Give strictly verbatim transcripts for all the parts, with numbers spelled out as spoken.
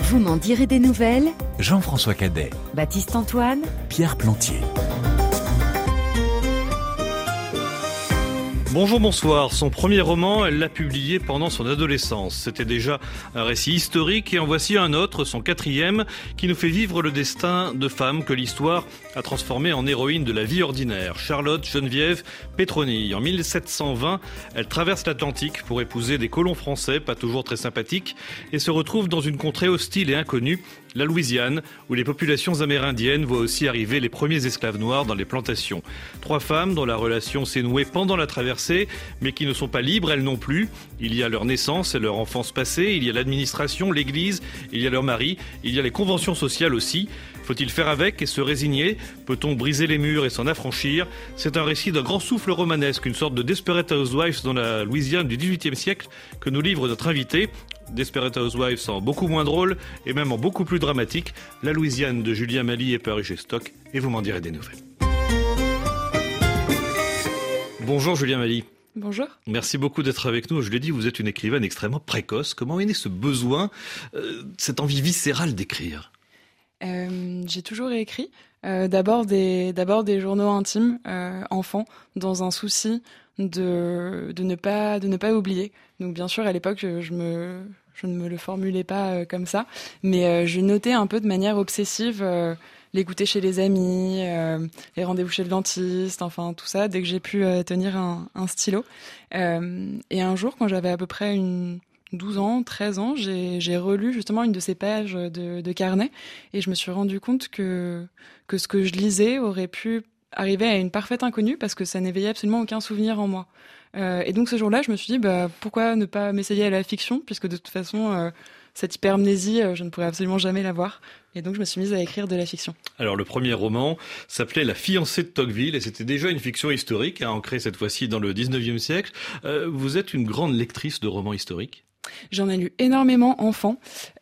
Vous m'en direz des nouvelles. Jean-François Cadet, Baptiste Antoine, Pierre Plantier. Bonjour, bonsoir. Son premier roman, elle l'a publié pendant son adolescence. C'était déjà un récit historique et en voici un autre, son quatrième, qui nous fait vivre le destin de femmes que l'histoire a transformées en héroïnes de la vie ordinaire. Charlotte Geneviève Pétronille. En mille sept cent vingt, elle traverse l'Atlantique pour épouser des colons français, pas toujours très sympathiques, et se retrouve dans une contrée hostile et inconnue, la Louisiane, où les populations amérindiennes voient aussi arriver les premiers esclaves noirs dans les plantations. Trois femmes dont la relation s'est nouée pendant la traversée, mais qui ne sont pas libres, elles non plus. Il y a leur naissance et leur enfance passée, il y a l'administration, l'église, il y a leur mari, il y a les conventions sociales aussi. Faut-il faire avec et se résigner? Peut-on briser les murs et s'en affranchir? C'est un récit d'un grand souffle romanesque, une sorte de Desperate Housewives dans la Louisiane du dix-huitième siècle que nous livre notre invité. Desperate Housewives en beaucoup moins drôle et même en beaucoup plus dramatique. La Louisiane de Julien Mali est paru chez Stock et vous m'en direz des nouvelles. Bonjour Julien Mali. Bonjour. Merci beaucoup d'être avec nous. Je l'ai dit, vous êtes une écrivaine extrêmement précoce. Comment est né ce besoin, euh, cette envie viscérale d'écrire? Euh, j'ai toujours écrit, euh, d'abord des d'abord des journaux intimes, euh, enfants, dans un souci de de ne pas de ne pas oublier. Donc bien sûr à l'époque je, je me je ne me le formulais pas euh, comme ça, mais euh, je notais un peu de manière obsessive euh, l'écouter chez les amis, euh, les rendez-vous chez le dentiste, enfin tout ça dès que j'ai pu euh, tenir un, un stylo. Euh, et un jour quand j'avais à peu près une douze ans, treize ans, j'ai, j'ai relu justement une de ces pages de, de carnet et je me suis rendu compte que, que ce que je lisais aurait pu arriver à une parfaite inconnue parce que ça n'éveillait absolument aucun souvenir en moi. Euh, et donc ce jour-là, je me suis dit, bah, pourquoi ne pas m'essayer à la fiction puisque de toute façon, euh, cette hypermnésie, euh, je ne pourrais absolument jamais l'avoir. Et donc je me suis mise à écrire de la fiction. Alors le premier roman s'appelait La fiancée de Tocqueville et c'était déjà une fiction historique, hein, ancrée cette fois-ci dans le dix-neuvième siècle. Euh, vous êtes une grande lectrice de romans historiques? J'en ai lu énormément enfant.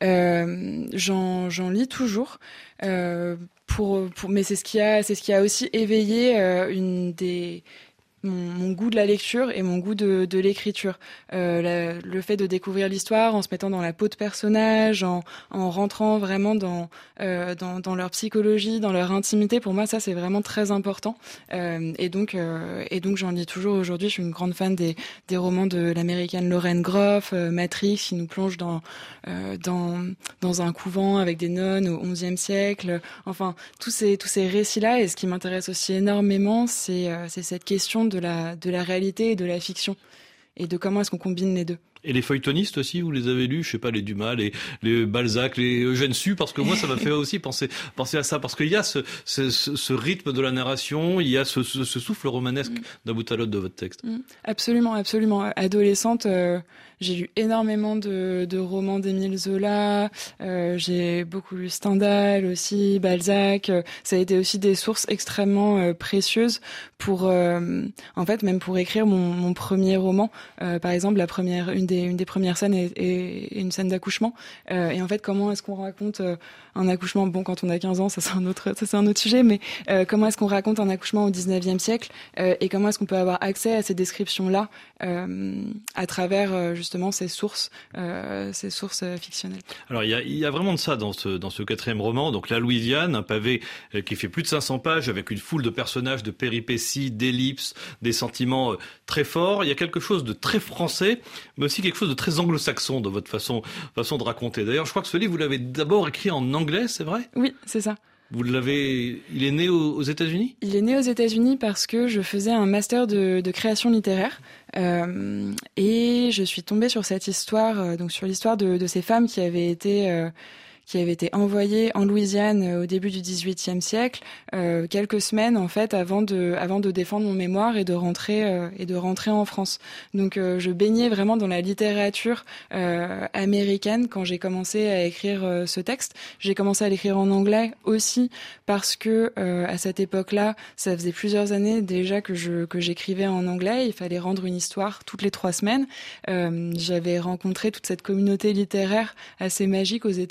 Euh, j'en, j'en lis toujours. Euh, pour, pour, mais c'est ce qui a, c'est ce qui a aussi éveillé euh, une des Mon, mon goût de la lecture et mon goût de, de l'écriture. Euh, la, le fait de découvrir l'histoire en se mettant dans la peau de personnages, en, en rentrant vraiment dans, euh, dans, dans leur psychologie, dans leur intimité, pour moi, ça, c'est vraiment très important. Euh, et donc, euh, et donc, j'en lis toujours aujourd'hui. Je suis une grande fan des, des romans de l'américaine Lauren Groff, euh, Matrix, qui nous plonge dans, euh, dans, dans un couvent avec des nonnes au onzième siècle. Enfin, tous ces, tous ces récits-là. Et ce qui m'intéresse aussi énormément, c'est, euh, c'est cette question de la, de la réalité et de la fiction et de comment est-ce qu'on combine les deux. Et les feuilletonistes aussi, vous les avez lus? Je sais pas, les Dumas, les, les Balzac, les Eugène Sue, parce que moi ça m'a fait aussi penser, penser à ça, parce qu'il y a ce, ce, ce rythme de la narration, il y a ce, ce, ce souffle romanesque mmh. d'un bout à l'autre de votre texte. Mmh. Absolument, absolument. Adolescente, euh, j'ai lu énormément de, de romans d'Émile Zola, euh, j'ai beaucoup lu Stendhal aussi, Balzac. Euh, ça a été aussi des sources extrêmement euh, précieuses pour, euh, en fait, même pour écrire mon, mon premier roman. Euh, par exemple, la première, une des, une des premières scènes est, est, est une scène d'accouchement. Euh, et en fait, comment est-ce qu'on raconte euh, un accouchement? Bon, quand on a quinze ans, ça c'est un autre, ça c'est un autre sujet. Mais euh, comment est-ce qu'on raconte un accouchement au dix-neuvième siècle euh, et comment est-ce qu'on peut avoir accès à ces descriptions-là euh, à travers euh, justement ces sources, euh, ces sources euh, fictionnelles. Alors il y a, il y a vraiment de ça dans ce dans ce quatrième roman. Donc la Louisiane, un pavé euh, qui fait plus de cinq cents pages avec une foule de personnages, de péripéties, d'ellipses, des sentiments euh, très forts. Il y a quelque chose de très français, mais aussi quelque chose de très anglo-saxon dans votre façon façon de raconter. D'ailleurs, je crois que ce livre vous l'avez d'abord écrit en anglais, c'est vrai? Oui, c'est ça. Vous l'avez. Il est né aux, aux États-Unis? Il est né aux États-Unis parce que je faisais un master de, de création littéraire euh, et je suis tombée sur cette histoire, euh, donc sur l'histoire de, de ces femmes qui avaient été euh, qui avait été envoyé en Louisiane euh, au début du dix-huitième siècle, euh, quelques semaines en fait avant de avant de défendre mon mémoire et de rentrer euh, et de rentrer en France. Donc euh, je baignais vraiment dans la littérature euh, américaine quand j'ai commencé à écrire euh, ce texte. J'ai commencé à l'écrire en anglais aussi parce que euh, à cette époque-là, ça faisait plusieurs années déjà que je que j'écrivais en anglais. Il fallait rendre une histoire toutes les trois semaines. Euh, j'avais rencontré toute cette communauté littéraire assez magique aux États-Unis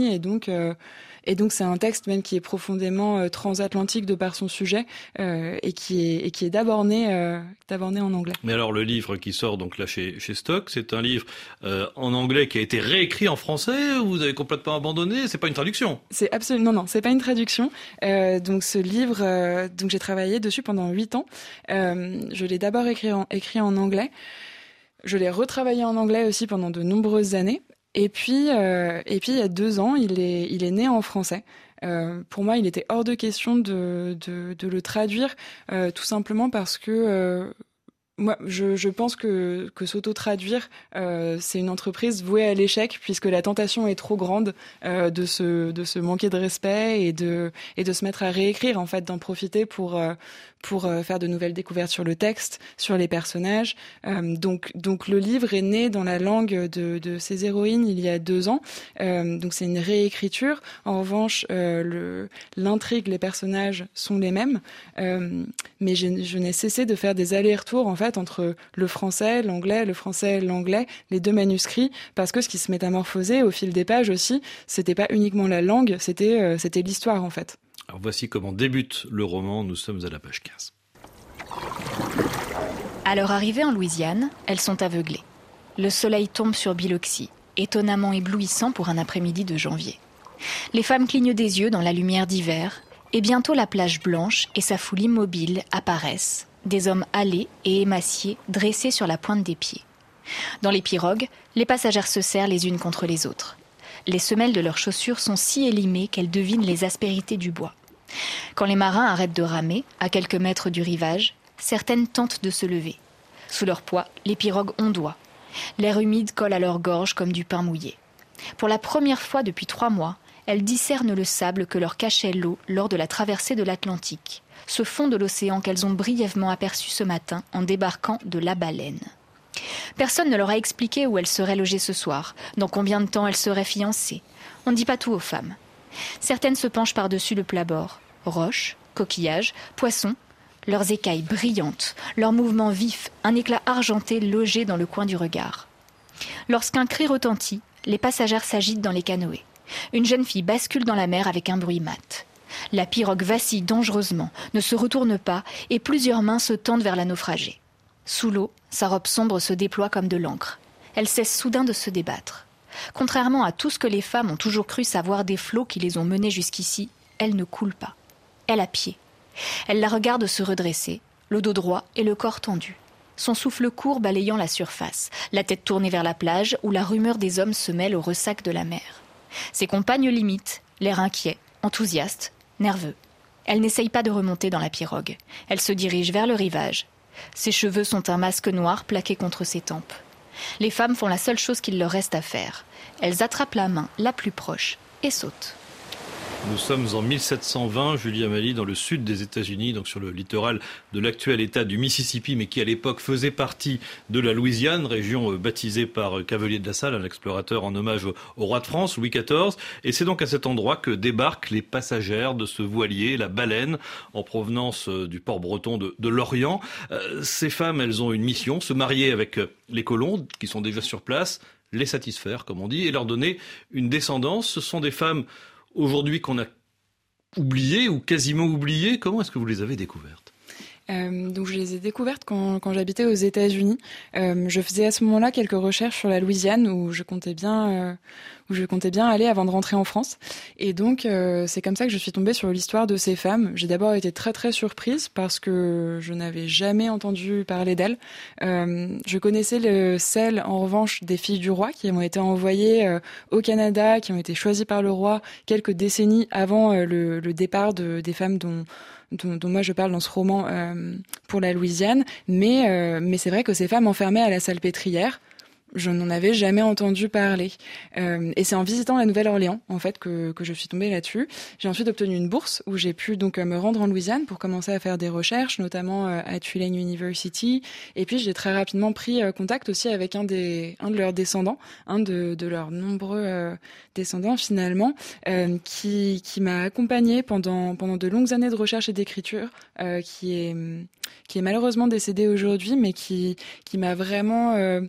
États-Unis et donc euh, et donc c'est un texte même qui est profondément euh, transatlantique de par son sujet euh, et qui est et qui est d'abord né euh, d'abord né en anglais. Mais alors le livre qui sort donc là chez chez Stock, c'est un livre euh, en anglais qui a été réécrit en français. Vous avez complètement abandonné. C'est pas une traduction. C'est absolument non non, c'est pas une traduction. Euh, donc ce livre, euh, donc j'ai travaillé dessus pendant huit ans. Euh, je l'ai d'abord écrit en, écrit en anglais. Je l'ai retravaillé en anglais aussi pendant de nombreuses années. Et puis, euh, et puis il y a deux ans, il est, il est né en français. Euh, pour moi, il était hors de question de, de, de le traduire, euh, tout simplement parce que euh, moi, je, je pense que, que s'auto-traduire, euh, c'est une entreprise vouée à l'échec, puisque la tentation est trop grande euh, de se, de se manquer de respect et de, et de se mettre à réécrire, en fait, d'en profiter pour, euh, pour euh, faire de nouvelles découvertes sur le texte, sur les personnages. Euh, donc, donc le livre est né dans la langue de, de ces héroïnes il y a deux ans. Euh, donc c'est une réécriture. En revanche, euh, le, l'intrigue, les personnages sont les mêmes, euh, mais je, je n'ai cessé de faire des allers-retours, en fait, entre le français, l'anglais, le français, l'anglais, les deux manuscrits, parce que ce qui se métamorphosait au fil des pages aussi, c'était pas uniquement la langue, c'était euh, c'était l'histoire, en fait. Alors voici comment débute le roman. Nous sommes à la page quinze. À leur arrivée en Louisiane, elles sont aveuglées. Le soleil tombe sur Biloxi, étonnamment éblouissant pour un après-midi de janvier. Les femmes clignent des yeux dans la lumière d'hiver, et bientôt la plage blanche et sa foule immobile apparaissent, des hommes hâlés et émaciés dressés sur la pointe des pieds. Dans les pirogues, les passagères se serrent les unes contre les autres. Les semelles de leurs chaussures sont si élimées qu'elles devinent les aspérités du bois. Quand les marins arrêtent de ramer, à quelques mètres du rivage, certaines tentent de se lever. Sous leur poids, les pirogues ondoient. L'air humide colle à leur gorge comme du pain mouillé. Pour la première fois depuis trois mois, elles discernent le sable que leur cachait l'eau lors de la traversée de l'Atlantique, ce fond de l'océan qu'elles ont brièvement aperçu ce matin en débarquant de La Baleine. Personne ne leur a expliqué où elles seraient logées ce soir, dans combien de temps elles seraient fiancées. On ne dit pas tout aux femmes. Certaines se penchent par-dessus le plat-bord. Roches, coquillages, poissons, leurs écailles brillantes, leurs mouvements vifs, un éclat argenté logé dans le coin du regard. Lorsqu'un cri retentit, les passagères s'agitent dans les canoës. Une jeune fille bascule dans la mer avec un bruit mat. La pirogue vacille dangereusement, ne se retourne pas, et plusieurs mains se tendent vers la naufragée. Sous l'eau, sa robe sombre se déploie comme de l'encre. Elle cesse soudain de se débattre. Contrairement à tout ce que les femmes ont toujours cru savoir des flots qui les ont menées jusqu'ici, elle ne coule pas. Elle a pied. Elle la regarde se redresser, le dos droit et le corps tendu. Son souffle court balayant la surface, la tête tournée vers la plage où la rumeur des hommes se mêle au ressac de la mer. Ses compagnes l'imitent, l'air inquiet, enthousiaste, nerveux. Elle n'essaye pas de remonter dans la pirogue. Elle se dirige vers le rivage. Ses cheveux sont un masque noir plaqué contre ses tempes. Les femmes font la seule chose qu'il leur reste à faire. Elles attrapent la main la plus proche et sautent. Nous sommes en mille sept cent vingt, Julie Amali, dans le sud des États-Unis, donc sur le littoral de l'actuel État du Mississippi, mais qui à l'époque faisait partie de la Louisiane, région baptisée par Cavelier de la Salle, un explorateur en hommage au roi de France, Louis quatorze. Et c'est donc à cet endroit que débarquent les passagères de ce voilier, la Baleine, en provenance du port breton de, de Lorient. Euh, ces femmes, elles ont une mission, se marier avec les colons qui sont déjà sur place, les satisfaire, comme on dit, et leur donner une descendance. Ce sont des femmes aujourd'hui qu'on a oubliées ou quasiment oubliées. Comment est-ce que vous les avez découvertes ? Euh, donc je les ai découvertes quand, quand j'habitais aux États-Unis. Euh, je faisais à ce moment-là quelques recherches sur la Louisiane où je comptais bien, euh, où je comptais bien aller avant de rentrer en France. Et donc euh, c'est comme ça que je suis tombée sur l'histoire de ces femmes. J'ai d'abord été très très surprise parce que je n'avais jamais entendu parler d'elles. Euh, je connaissais le, celles en revanche des filles du roi qui ont été envoyées euh, au Canada, qui ont été choisies par le roi quelques décennies avant euh, le, le départ de, des femmes dont Dont, dont moi je parle dans ce roman euh, pour la Louisiane, mais, euh, mais c'est vrai que ces femmes enfermées à la Salpêtrière, je n'en avais jamais entendu parler. Euh, et c'est en visitant la Nouvelle-Orléans, en fait, que, que je suis tombée là-dessus. J'ai ensuite obtenu une bourse où j'ai pu donc me rendre en Louisiane pour commencer à faire des recherches, notamment euh, à Tulane University. Et puis j'ai très rapidement pris euh, contact aussi avec un des, un de leurs descendants, un de, de leurs nombreux euh, descendants finalement, euh, qui, qui m'a accompagnée pendant, pendant de longues années de recherche et d'écriture, euh, qui est, qui est malheureusement décédé aujourd'hui, mais qui, qui m'a vraiment euh,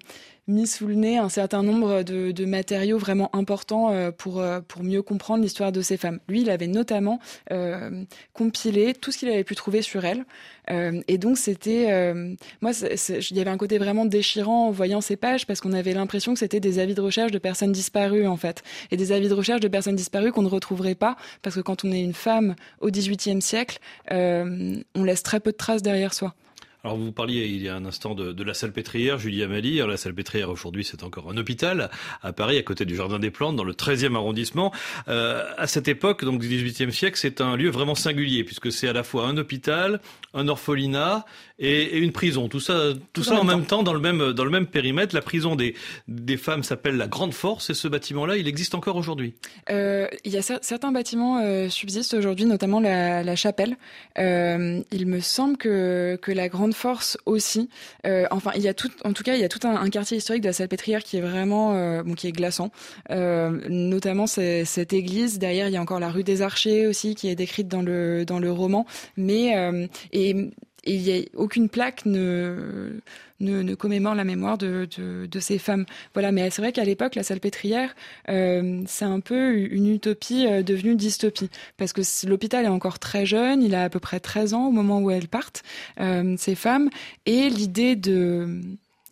mis sous le nez un certain nombre de, de matériaux vraiment importants euh, pour, euh, pour mieux comprendre l'histoire de ces femmes. Lui, il avait notamment euh, compilé tout ce qu'il avait pu trouver sur elles. Euh, et donc, c'était... Euh, moi, c'est, c'est, il y avait un côté vraiment déchirant en voyant ces pages parce qu'on avait l'impression que c'était des avis de recherche de personnes disparues, en fait. Et des avis de recherche de personnes disparues qu'on ne retrouverait pas parce que quand on est une femme au dix-huitième siècle, euh, on laisse très peu de traces derrière soi. Alors vous parliez il y a un instant de, de la Salpêtrière, Julie Amali. Alors la Salpêtrière aujourd'hui c'est encore un hôpital à Paris, à côté du Jardin des Plantes, dans le treizième arrondissement. Euh, à cette époque, donc du dix-huitième siècle, c'est un lieu vraiment singulier puisque c'est à la fois un hôpital, un orphelinat et, et une prison. Tout ça, tout, tout ça en même temps. temps dans le même dans le même périmètre. La prison des des femmes s'appelle la Grande Force et ce bâtiment-là, il existe encore aujourd'hui. Euh, il y a cer- certains bâtiments euh, subsistent aujourd'hui, notamment la, la chapelle. Euh, il me semble que que la Grande Force aussi. Euh, enfin, il y a tout, en tout cas, il y a tout un, un quartier historique de la Salpêtrière qui est vraiment, euh, bon, qui est glaçant. Euh, notamment c'est, cette église. Derrière, il y a encore la rue des Archers aussi qui est décrite dans le dans le roman. Mais euh, et Et il y a aucune plaque ne, ne, ne commémore la mémoire de, de, de ces femmes. Voilà, mais c'est vrai qu'à l'époque, la Salpêtrière, euh, c'est un peu une utopie euh, devenue dystopie. Parce que l'hôpital est encore très jeune, il a à peu près treize ans au moment où elles partent, euh, ces femmes. Et l'idée de...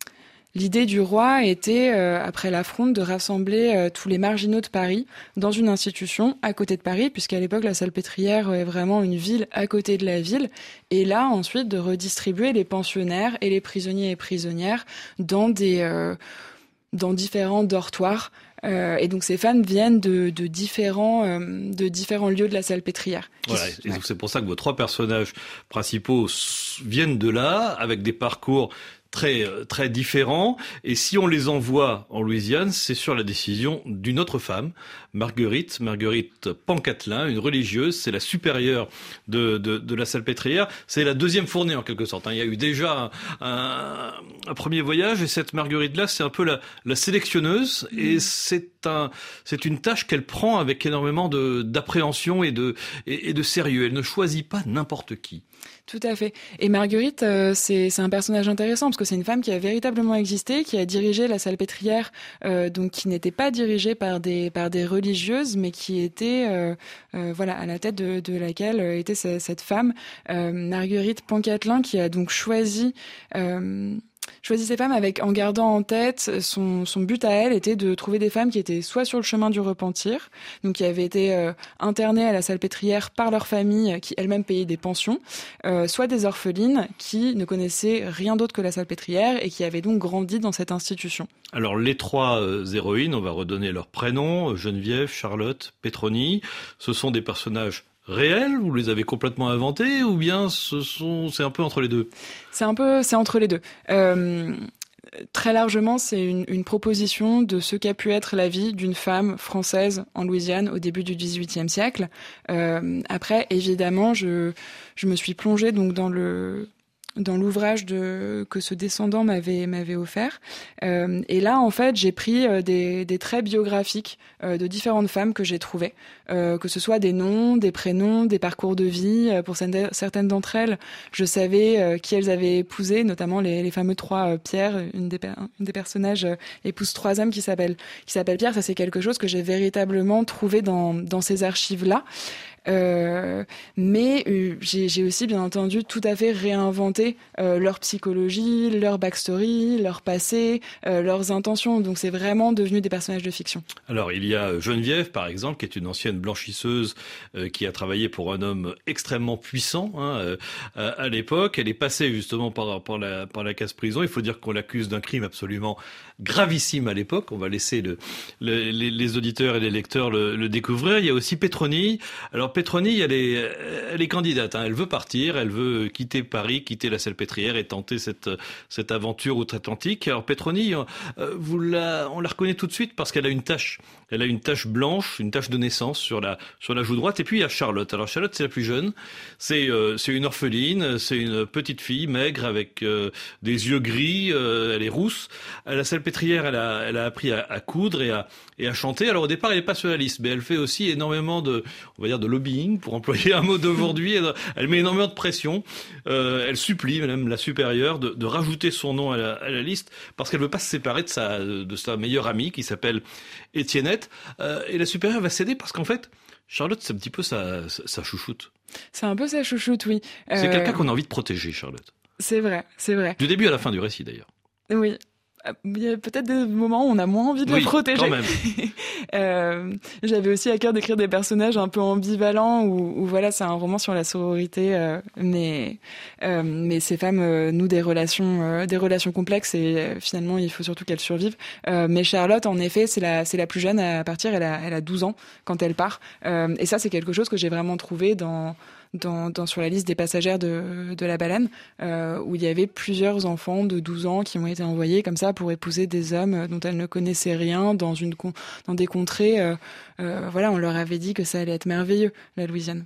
L'idée du roi était, euh, après la Fronde, de rassembler euh, tous les marginaux de Paris dans une institution à côté de Paris, puisqu'à l'époque, la Salpêtrière est vraiment une ville à côté de la ville. Et là, ensuite, de redistribuer les pensionnaires et les prisonniers et prisonnières dans des, euh, dans différents dortoirs. Euh, et donc ces femmes viennent de, de différents euh, de différents lieux de la Salpêtrière. Voilà, et donc c'est pour ça que vos trois personnages principaux viennent de là, avec des parcours très très différents. Et si on les envoie en Louisiane, c'est sur la décision d'une autre femme, Marguerite, Marguerite Pancatelin, une religieuse. C'est la supérieure de de, de la Salpêtrière. C'est la deuxième fournée en quelque sorte. Il y a eu déjà un, un, un premier voyage, et cette Marguerite-là, c'est un peu la, la sélectionneuse. Mmh. Et c'est un c'est une tâche qu'elle prend avec énormément de d'appréhension et de et, et de sérieux. Elle ne choisit pas n'importe qui. Tout à fait. Et Marguerite, euh, c'est, c'est un personnage intéressant parce que c'est une femme qui a véritablement existé, qui a dirigé la Salpêtrière, euh, donc qui n'était pas dirigée par des par des religieuses, mais qui était euh, euh, voilà à la tête de, de laquelle était cette, cette femme, euh, Marguerite Pancatelin, qui a donc choisi. Euh, choisi ces femmes avec, en gardant en tête son, son but à elle était de trouver des femmes qui étaient soit sur le chemin du repentir, donc qui avaient été euh, internées à la Salpêtrière par leur famille, qui elles-mêmes payaient des pensions, euh, soit des orphelines qui ne connaissaient rien d'autre que la Salpêtrière et qui avaient donc grandi dans cette institution. Alors les trois euh, héroïnes, on va redonner leurs prénoms, Geneviève, Charlotte, Pétronie, ce sont des personnages réels, vous les avez complètement inventés, ou bien ce sont, c'est un peu entre les deux? C'est un peu, c'est entre les deux. Euh, très largement, c'est une, une proposition de ce qu'a pu être la vie d'une femme française en Louisiane au début du dix-huitième siècle. Euh, après, évidemment, je, je me suis plongée donc dans le dans l'ouvrage de, que ce descendant m'avait, m'avait offert. Euh, et là, en fait, j'ai pris euh, des, des traits biographiques euh, de différentes femmes que j'ai trouvées, euh, que ce soit des noms, des prénoms, des parcours de vie. Euh, pour certaines d'entre elles, je savais euh, qui elles avaient épousé, notamment les, les fameux trois euh, Pierre. Une des, une des personnages euh, épouse trois hommes qui s'appelle, qui s'appelle Pierre. Ça, c'est quelque chose que j'ai véritablement trouvé dans, dans ces archives-là. Euh, mais euh, j'ai, j'ai aussi bien entendu tout à fait réinventé euh, leur psychologie, leur backstory, leur passé, euh, leurs intentions. Donc c'est vraiment devenu des personnages de fiction. Alors il y a Geneviève par exemple, qui est une ancienne blanchisseuse euh, qui a travaillé pour un homme extrêmement puissant hein, euh, à l'époque. Elle est passée justement par, par, la, par la case prison. Il faut dire qu'on l'accuse d'un crime absolument gravissime à l'époque. On va laisser le, le, les, les auditeurs et les lecteurs le, le découvrir. Il y a aussi Pétronie. Alors Pétronie, elle est, elle est candidate. Hein. Elle veut partir, elle veut quitter Paris, quitter la Salpêtrière et tenter cette, cette aventure outre-Atlantique. Alors Pétronie, euh, vous la, on la reconnaît tout de suite parce qu'elle a une tache. Elle a une tache blanche, une tache de naissance sur la, sur la joue droite. Et puis il y a Charlotte. Alors Charlotte, c'est la plus jeune. C'est, euh, c'est une orpheline. C'est une petite fille maigre avec euh, des yeux gris. Euh, elle est rousse. À la Salpêtrière, elle a, elle a appris à, à coudre et à, et à chanter. Alors au départ, elle n'est pas sur la liste, mais elle fait aussi énormément de, on va dire, de lobbying, pour employer un mot d'aujourd'hui. Elle, elle met énormément de pression. Euh, elle supplie, Madame la supérieure, de, de rajouter son nom à la, à la liste parce qu'elle veut pas se séparer de sa, de sa meilleure amie qui s'appelle Étiennette. Euh, et la supérieure va céder parce qu'en fait, Charlotte, c'est un petit peu sa, sa, sa chouchoute. C'est un peu sa chouchoute, oui. C'est euh... quelqu'un qu'on a envie de protéger, Charlotte. C'est vrai, c'est vrai. Du début à la fin du récit, d'ailleurs. Oui. Il y a peut-être des moments où on a moins envie de oui, le protéger. Quand même. euh, j'avais aussi à cœur d'écrire des personnages un peu ambivalents où, où voilà, c'est un roman sur la sororité, euh, mais euh, mais ces femmes euh, nouent des relations euh, des relations complexes et euh, finalement il faut surtout qu'elles survivent. Euh, mais Charlotte, en effet, c'est la c'est la plus jeune à partir. Elle a elle a douze ans quand elle part. Euh, et ça, c'est quelque chose que j'ai vraiment trouvé dans Dans, dans, sur la liste des passagères de, de la baleine, euh, où il y avait plusieurs enfants de douze ans qui ont été envoyés comme ça pour épouser des hommes dont elles ne connaissaient rien dans, une, dans des contrées. Euh, euh, voilà, on leur avait dit que ça allait être merveilleux, la Louisiane.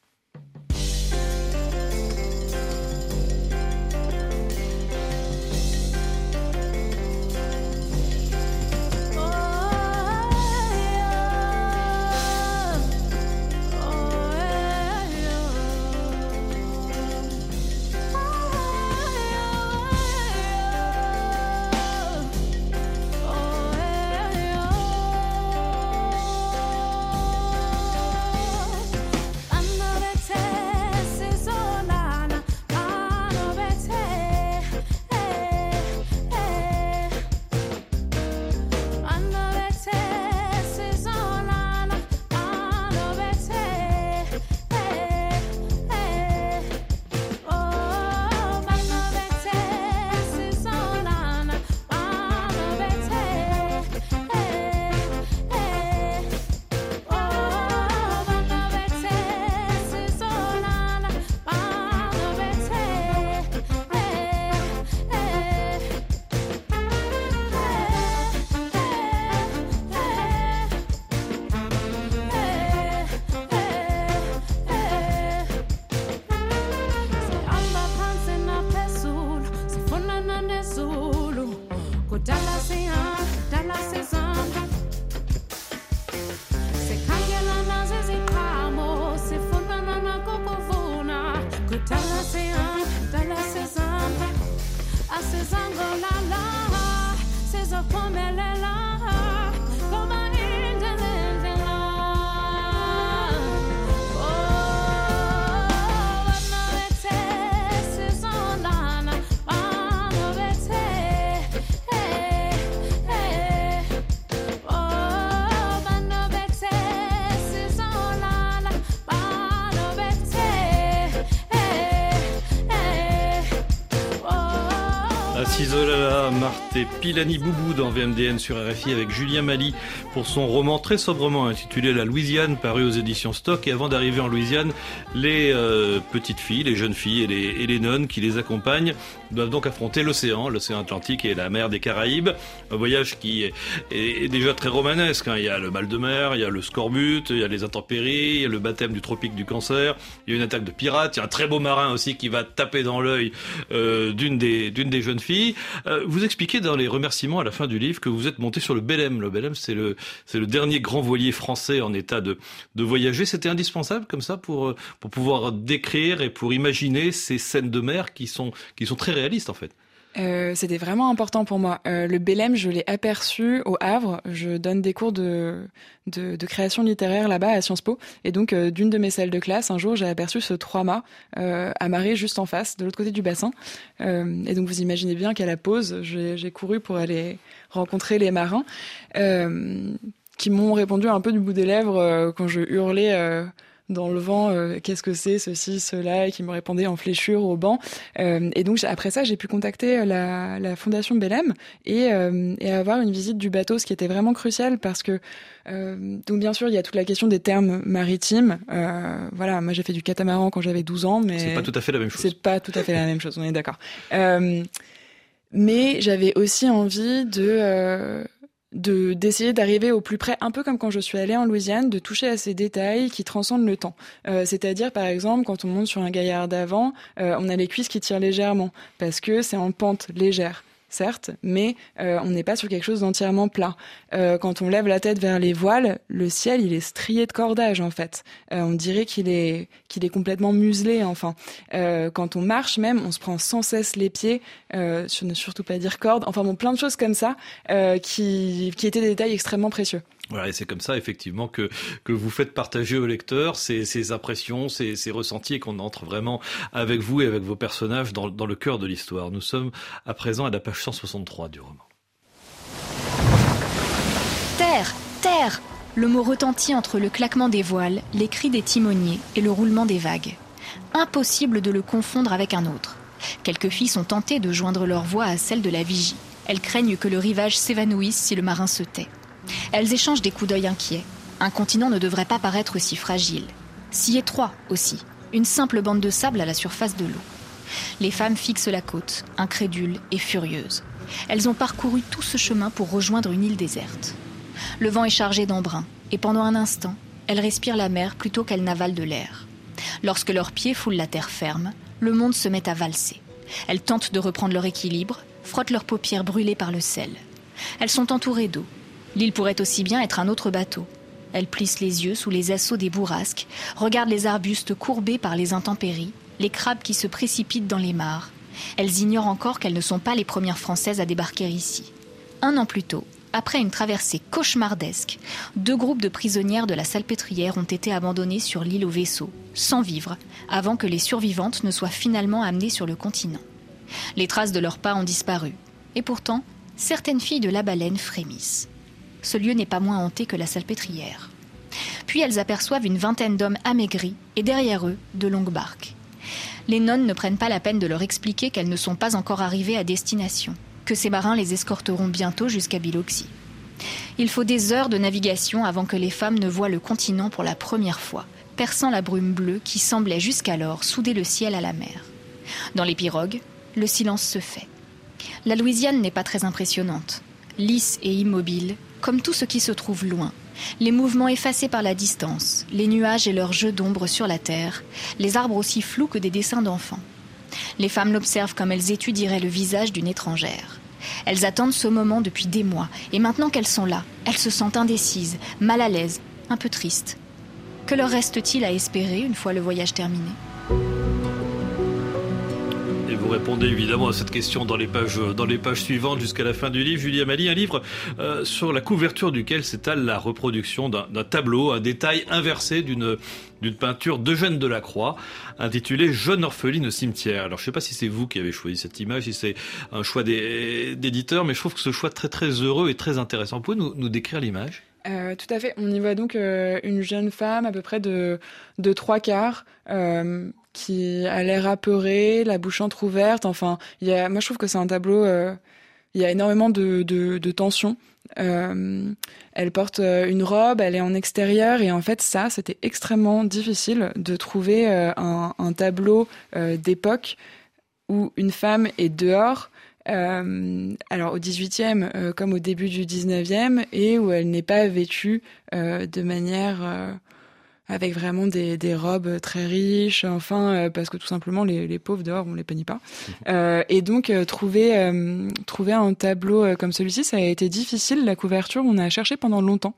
Isolala, Marthe et Pilani Boubou dans V M D N sur R F I avec Julien Mali pour son roman très sobrement intitulé La Louisiane, paru aux éditions Stock. Et avant d'arriver en Louisiane, les euh, petites filles, les jeunes filles et les, et les nonnes qui les accompagnent doivent donc affronter l'océan, l'océan Atlantique et la mer des Caraïbes. Un voyage qui est, est, est déjà très romanesque, hein. Il y a le mal de mer, il y a le scorbut, il y a les intempéries, il y a le baptême du tropique du cancer, il y a une attaque de pirates, il y a un très beau marin aussi qui va taper dans l'œil euh, d'une des, d'une des jeunes filles. Euh, vous expliquez dans les remerciements à la fin du livre que vous êtes monté sur le Belem. Le Belem, c'est le, c'est le dernier grand voilier français en état de, de voyager. C'était indispensable comme ça pour, pour pouvoir décrire et pour imaginer ces scènes de mer qui sont, qui sont très réalistes en fait. Euh, c'était vraiment important pour moi. Euh, le Belem, je l'ai aperçu au Havre. Je donne des cours de, de, de création littéraire là-bas à Sciences Po. Et donc, euh, d'une de mes salles de classe, un jour, j'ai aperçu ce trois-mâts euh, amarré juste en face, de l'autre côté du bassin. Euh, et donc, vous imaginez bien qu'à la pause, j'ai, j'ai couru pour aller rencontrer les marins euh, qui m'ont répondu un peu du bout des lèvres euh, quand je hurlais... Euh, dans le vent, euh, qu'est-ce que c'est, ceci, cela, et qui me répondait en fléchure au banc. Euh, et donc, après ça, j'ai pu contacter la, la Fondation Belem et, euh, et avoir une visite du bateau, ce qui était vraiment crucial parce que, euh, donc bien sûr, il y a toute la question des termes maritimes. Euh, voilà, moi j'ai fait du catamaran quand j'avais douze ans, mais... C'est pas tout à fait la même chose. C'est pas tout à fait la même chose, on est d'accord. Euh, mais j'avais aussi envie de... Euh, de d'essayer d'arriver au plus près, un peu comme quand je suis allée en Louisiane, de toucher à ces détails qui transcendent le temps. Euh, c'est-à-dire, par exemple, quand on monte sur un gaillard d'avant, euh, on a les cuisses qui tirent légèrement, parce que c'est en pente légère. certes, mais euh, on n'est pas sur quelque chose d'entièrement plat. Euh, quand on lève la tête vers les voiles, le ciel, il est strié de cordages, en fait. Euh, on dirait qu'il est, qu'il est complètement muselé, enfin. Euh, quand on marche même, on se prend sans cesse les pieds, euh, sur ne surtout pas dire corde, enfin bon, plein de choses comme ça, euh, qui, qui étaient des détails extrêmement précieux. Voilà, et c'est comme ça, effectivement, que, que vous faites partager aux lecteurs ces, ces impressions, ces, ces ressentis, et qu'on entre vraiment avec vous et avec vos personnages dans, dans le cœur de l'histoire. Nous sommes à présent à la page cent soixante-trois du roman. Terre, terre! Le mot retentit entre le claquement des voiles, les cris des timoniers et le roulement des vagues. Impossible de le confondre avec un autre. Quelques filles sont tentées de joindre leur voix à celle de la vigie. Elles craignent que le rivage s'évanouisse si le marin se tait. Elles échangent des coups d'œil inquiets. Un continent ne devrait pas paraître si fragile. Si étroit aussi, une simple bande de sable à la surface de l'eau. Les femmes fixent la côte, incrédules et furieuses. Elles ont parcouru tout ce chemin pour rejoindre une île déserte. Le vent est chargé d'embrun, et pendant un instant, elles respirent la mer plutôt qu'elles n'avalent de l'air. Lorsque leurs pieds foulent la terre ferme, le monde se met à valser. Elles tentent de reprendre leur équilibre, frottent leurs paupières brûlées par le sel. Elles sont entourées d'eau. L'île pourrait aussi bien être un autre bateau. Elles plissent les yeux sous les assauts des bourrasques, regardent les arbustes courbés par les intempéries, les crabes qui se précipitent dans les mares. Elles ignorent encore qu'elles ne sont pas les premières Françaises à débarquer ici. Un an plus tôt, après une traversée cauchemardesque, deux groupes de prisonnières de la Salpêtrière ont été abandonnés sur l'île au vaisseau, sans vivres, avant que les survivantes ne soient finalement amenées sur le continent. Les traces de leurs pas ont disparu. Et pourtant, certaines filles de la baleine frémissent. Ce lieu n'est pas moins hanté que la Salpêtrière. Puis elles aperçoivent une vingtaine d'hommes amaigris et derrière eux, de longues barques. Les nonnes ne prennent pas la peine de leur expliquer qu'elles ne sont pas encore arrivées à destination, que ces marins les escorteront bientôt jusqu'à Biloxi. Il faut des heures de navigation avant que les femmes ne voient le continent pour la première fois, perçant la brume bleue qui semblait jusqu'alors souder le ciel à la mer. Dans les pirogues, le silence se fait. La Louisiane n'est pas très impressionnante. Lisse et immobile, comme tout ce qui se trouve loin, les mouvements effacés par la distance, les nuages et leurs jeux d'ombre sur la terre, les arbres aussi flous que des dessins d'enfants. Les femmes l'observent comme elles étudieraient le visage d'une étrangère. Elles attendent ce moment depuis des mois, et maintenant qu'elles sont là, elles se sentent indécises, mal à l'aise, un peu tristes. Que leur reste-t-il à espérer une fois le voyage terminé ? Et vous répondez évidemment à cette question dans les pages, dans les pages suivantes jusqu'à la fin du livre. Julie Amali, un livre euh, sur la couverture duquel s'étale la reproduction d'un, d'un tableau, un détail inversé d'une, d'une peinture d'Eugène Delacroix, intitulée « Jeune orpheline au cimetière ». Alors je ne sais pas si c'est vous qui avez choisi cette image, si c'est un choix des, d'éditeur, mais je trouve que ce choix très très heureux et très intéressant. Vous pouvez nous, nous décrire l'image ? Euh, tout à fait. On y voit donc euh, une jeune femme à peu près de, de trois quarts euh, qui a l'air apeurée, la bouche entrouverte. Enfin, il y a, moi je trouve que c'est un tableau, euh, il y a énormément de, de, de tension. Euh, elle porte une robe, elle est en extérieur et en fait ça, c'était extrêmement difficile de trouver euh, un, un tableau euh, d'époque où une femme est dehors. Euh, alors au dix-huitième euh, comme au début du dix-neuvième et où elle n'est pas vêtue euh, de manière euh, avec vraiment des, des robes très riches, enfin euh, parce que tout simplement les, les pauvres dehors on les punit pas. Euh, et donc euh, trouver euh, trouver un tableau euh, comme celui-ci, ça a été difficile. La couverture, on a cherché pendant longtemps.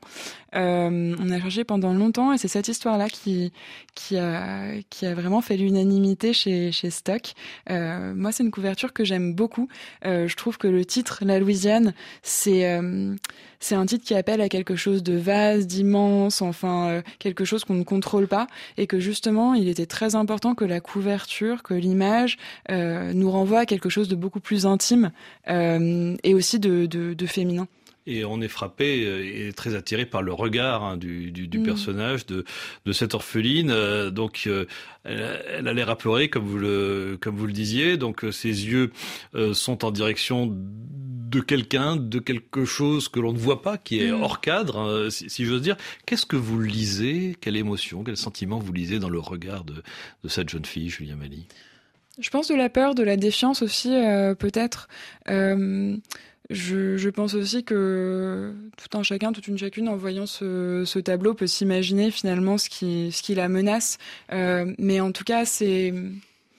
Euh, on a cherché pendant longtemps et c'est cette histoire-là qui qui a qui a vraiment fait l'unanimité chez chez Stock. Euh, moi, c'est une couverture que j'aime beaucoup. Euh, je trouve que le titre, La Louisiane, c'est euh, c'est un titre qui appelle à quelque chose de vaste, d'immense, enfin euh, quelque chose qu'on ne contrôle pas et que justement, il était très important que la couverture, que l'image euh, nous renvoie à quelque chose de beaucoup plus intime euh, et aussi de, de, de féminin. Et on est frappé et très attiré par le regard hein, du, du, du mmh. personnage de, de cette orpheline. Euh, donc, euh, elle, elle a l'air apeurée, comme vous le, comme vous le disiez. Donc, euh, ses yeux euh, sont en direction de quelqu'un, de quelque chose que l'on ne voit pas, qui est mmh. hors cadre, hein, si, si j'ose dire. Qu'est-ce que vous lisez ? Quelle émotion, quel sentiment vous lisez dans le regard de, de cette jeune fille, Julie Amali ? Je pense de la peur, de la défiance aussi, euh, peut-être. Euh, Je, je pense aussi que tout un chacun, toute une chacune, en voyant ce, ce tableau, peut s'imaginer finalement ce qui, ce qui la menace. Euh, mais en tout cas, c'est,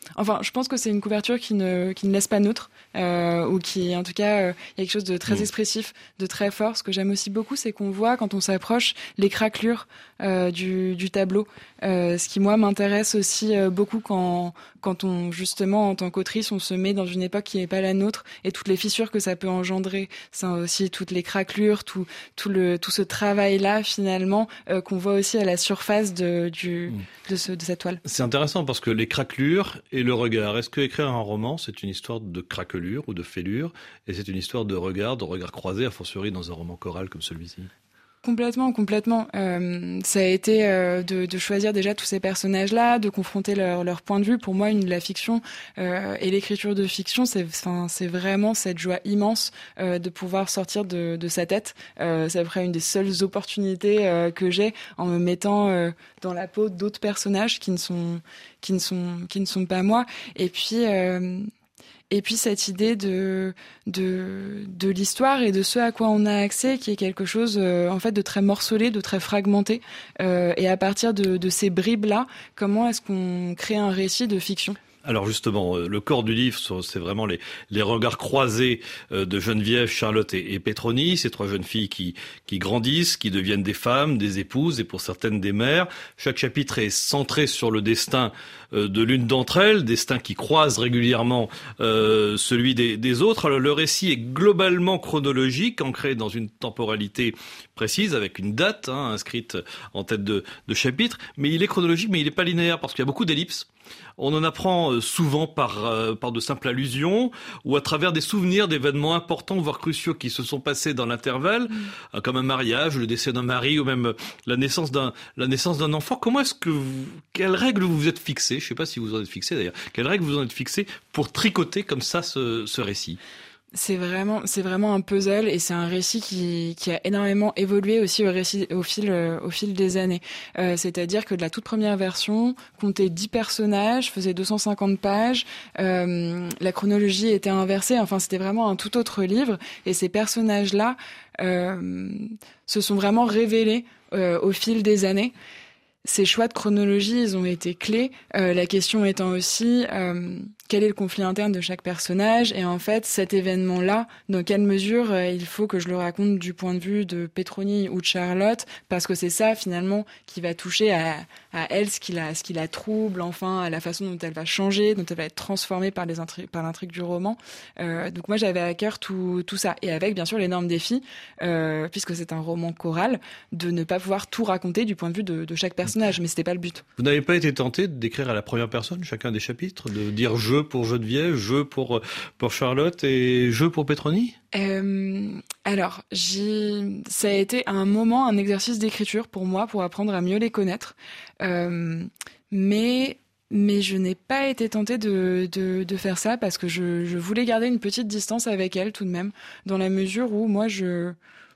Enfin, je pense que c'est une couverture qui ne, qui ne laisse pas neutre, euh, ou qui, en tout cas, euh, il y a quelque chose de très mmh. expressif, de très fort. Ce que j'aime aussi beaucoup, c'est qu'on voit, quand on s'approche, les craquelures euh, du, du tableau. Euh, ce qui, moi, m'intéresse aussi euh, beaucoup quand, quand on, justement, en tant qu'autrice, on se met dans une époque qui n'est pas la nôtre, et toutes les fissures que ça peut engendrer. C'est aussi toutes les craquelures, tout, tout, le, tout ce travail-là, finalement, euh, qu'on voit aussi à la surface de, du, mmh. de, ce, de cette toile. C'est intéressant parce que les craquelures et le regard. Est-ce que écrire un roman, c'est une histoire de craquelure ou de fêlure, et c'est une histoire de regard, de regard croisé, a fortiori dans un roman choral comme celui-ci? Complètement, complètement. Euh, ça a été euh, de, de choisir déjà tous ces personnages-là, de confronter leur, leur point de vue. Pour moi, une, la fiction euh, et l'écriture de fiction, c'est, enfin, c'est vraiment cette joie immense euh, de pouvoir sortir de, de sa tête. Euh, c'est après une des seules opportunités euh, que j'ai en me mettant euh, dans la peau d'autres personnages qui ne sont, qui ne sont, qui ne sont pas moi. Et puis. Euh, Et puis cette idée de de de l'histoire et de ce à quoi on a accès, qui est quelque chose euh, en fait de très morcelé, de très fragmenté. Euh, et à partir de, de ces bribes-là, comment est-ce qu'on crée un récit de fiction ? Alors justement, le corps du livre, c'est vraiment les, les regards croisés de Geneviève, Charlotte et, et Pétronie, ces trois jeunes filles qui, qui grandissent, qui deviennent des femmes, des épouses et pour certaines des mères. Chaque chapitre est centré sur le destin de l'une d'entre elles, destin qui croise régulièrement euh, celui des, des autres. Alors le récit est globalement chronologique, ancré dans une temporalité précise, avec une date hein, inscrite en tête de, de chapitre, mais il est chronologique, mais il n'est pas linéaire, parce qu'il y a beaucoup d'ellipses. On en apprend souvent par, euh, par de simples allusions ou à travers des souvenirs d'événements importants, voire cruciaux qui se sont passés dans l'intervalle, mmh. comme un mariage, le décès d'un mari ou même la naissance d'un, la naissance d'un enfant. Comment est-ce que vous, quelles règles vous vous êtes fixées, je ne sais pas si vous en êtes fixées d'ailleurs, quelles règles vous en êtes fixées pour tricoter comme ça ce, ce récit ? C'est vraiment, c'est vraiment un puzzle et c'est un récit qui, qui a énormément évolué aussi au, récit, au, fil, euh, au fil des années. Euh, c'est-à-dire que de la toute première version, comptait dix personnages, faisait deux cent cinquante pages, euh, la chronologie était inversée, enfin c'était vraiment un tout autre livre et ces personnages-là euh, se sont vraiment révélés euh, au fil des années. Ces choix de chronologie, ils ont été clés. Euh, la question étant aussi euh, quel est le conflit interne de chaque personnage et en fait cet événement-là, dans quelle mesure euh, il faut que je le raconte du point de vue de Pétronie ou de Charlotte, parce que c'est ça finalement qui va toucher à, à elle, ce qui la, ce qui la trouble, enfin à la façon dont elle va changer, dont elle va être transformée par les intri- par l'intrigue du roman. Euh, donc moi j'avais à cœur tout, tout ça et avec bien sûr l'énorme défi, euh, puisque c'est un roman choral, de ne pas pouvoir tout raconter du point de vue de, de chaque personnage. Mais c'était pas le but. Vous n'avez pas été tenté d'écrire à la première personne chacun des chapitres, de dire je pour Geneviève, je pour pour Charlotte et je pour Pétronie ? Euh, alors, j'ai, ça a été à un moment un exercice d'écriture pour moi, pour apprendre à mieux les connaître. Euh, mais mais je n'ai pas été tentée de, de, de faire ça parce que je, je voulais garder une petite distance avec elle tout de même, dans la mesure où moi je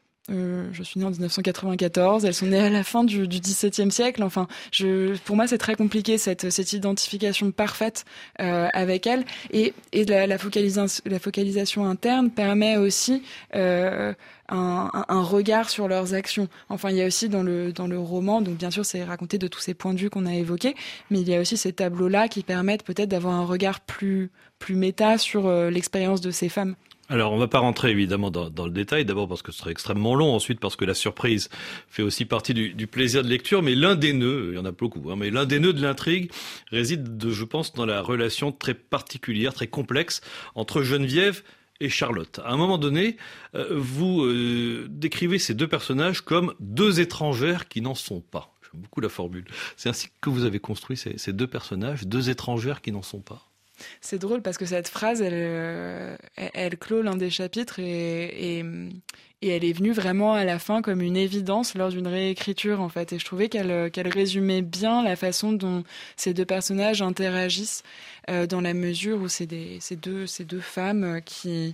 Euh, je suis née en dix-neuf cent quatre-vingt-quatorze, elles sont nées à la fin du, du dix-septième siècle. Enfin, je, pour moi, c'est très compliqué cette, cette identification parfaite euh, avec elles. Et, et la, la, focalisa- la focalisation interne permet aussi euh, un, un, un regard sur leurs actions. Enfin, il y a aussi dans le, dans le roman, donc bien sûr, c'est raconté de tous ces points de vue qu'on a évoqués, mais il y a aussi ces tableaux-là qui permettent peut-être d'avoir un regard plus, plus méta sur euh, l'expérience de ces femmes. Alors, on ne va pas rentrer évidemment dans, dans le détail, d'abord parce que ce serait extrêmement long, ensuite parce que la surprise fait aussi partie du, du plaisir de lecture, mais l'un des nœuds, il y en a beaucoup, hein, mais l'un des nœuds de l'intrigue réside, de, je pense, dans la relation très particulière, très complexe entre Geneviève et Charlotte. À un moment donné, euh, vous euh, décrivez ces deux personnages comme deux étrangères qui n'en sont pas. J'aime beaucoup la formule. C'est ainsi que vous avez construit ces, ces deux personnages, deux étrangères qui n'en sont pas. C'est drôle parce que cette phrase, elle, euh, elle, elle clôt l'un des chapitres et, et, et elle est venue vraiment à la fin comme une évidence lors d'une réécriture en fait. Et je trouvais qu'elle, qu'elle résumait bien la façon dont ces deux personnages interagissent euh, dans la mesure où c'est des, ces deux, ces deux femmes qui...